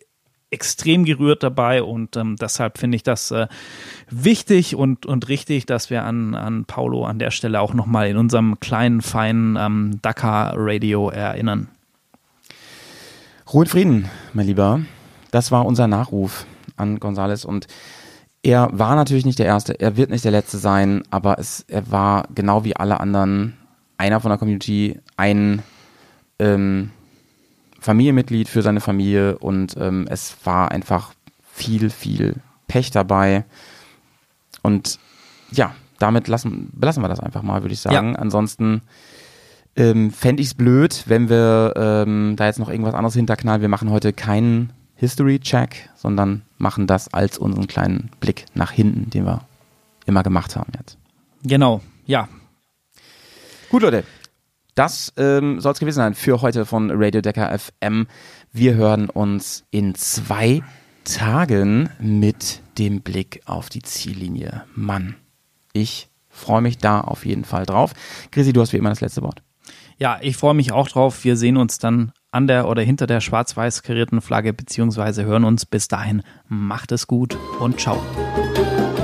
extrem gerührt dabei und ähm, deshalb finde ich das äh, wichtig und, und richtig, dass wir an, an Paulo an der Stelle auch nochmal in unserem kleinen, feinen ähm, Dakar Radio erinnern. Ruhe und Frieden, mein Lieber. Das war unser Nachruf an González und er war natürlich nicht der Erste, er wird nicht der Letzte sein, aber es, er war genau wie alle anderen einer von der Community, ein ähm, Familienmitglied für seine Familie und ähm, es war einfach viel, viel Pech dabei und ja, damit lassen, belassen wir das einfach mal, würde ich sagen. Ja. Ansonsten ähm, fände ich es blöd, wenn wir ähm, da jetzt noch irgendwas anderes hinterknallen. Wir machen heute keinen History-Check, sondern machen das als unseren kleinen Blick nach hinten, den wir immer gemacht haben jetzt. Genau, ja. Gut, Leute. Das ähm, soll es gewesen sein für heute von Radio Dakar F M. Wir hören uns in zwei Tagen mit dem Blick auf die Ziellinie. Mann, ich freue mich da auf jeden Fall drauf. Chrissy, du hast wie immer das letzte Wort. Ja, ich freue mich auch drauf. Wir sehen uns dann an der oder hinter der schwarz-weiß karierten Flagge beziehungsweise hören uns. Bis dahin, macht es gut und ciao.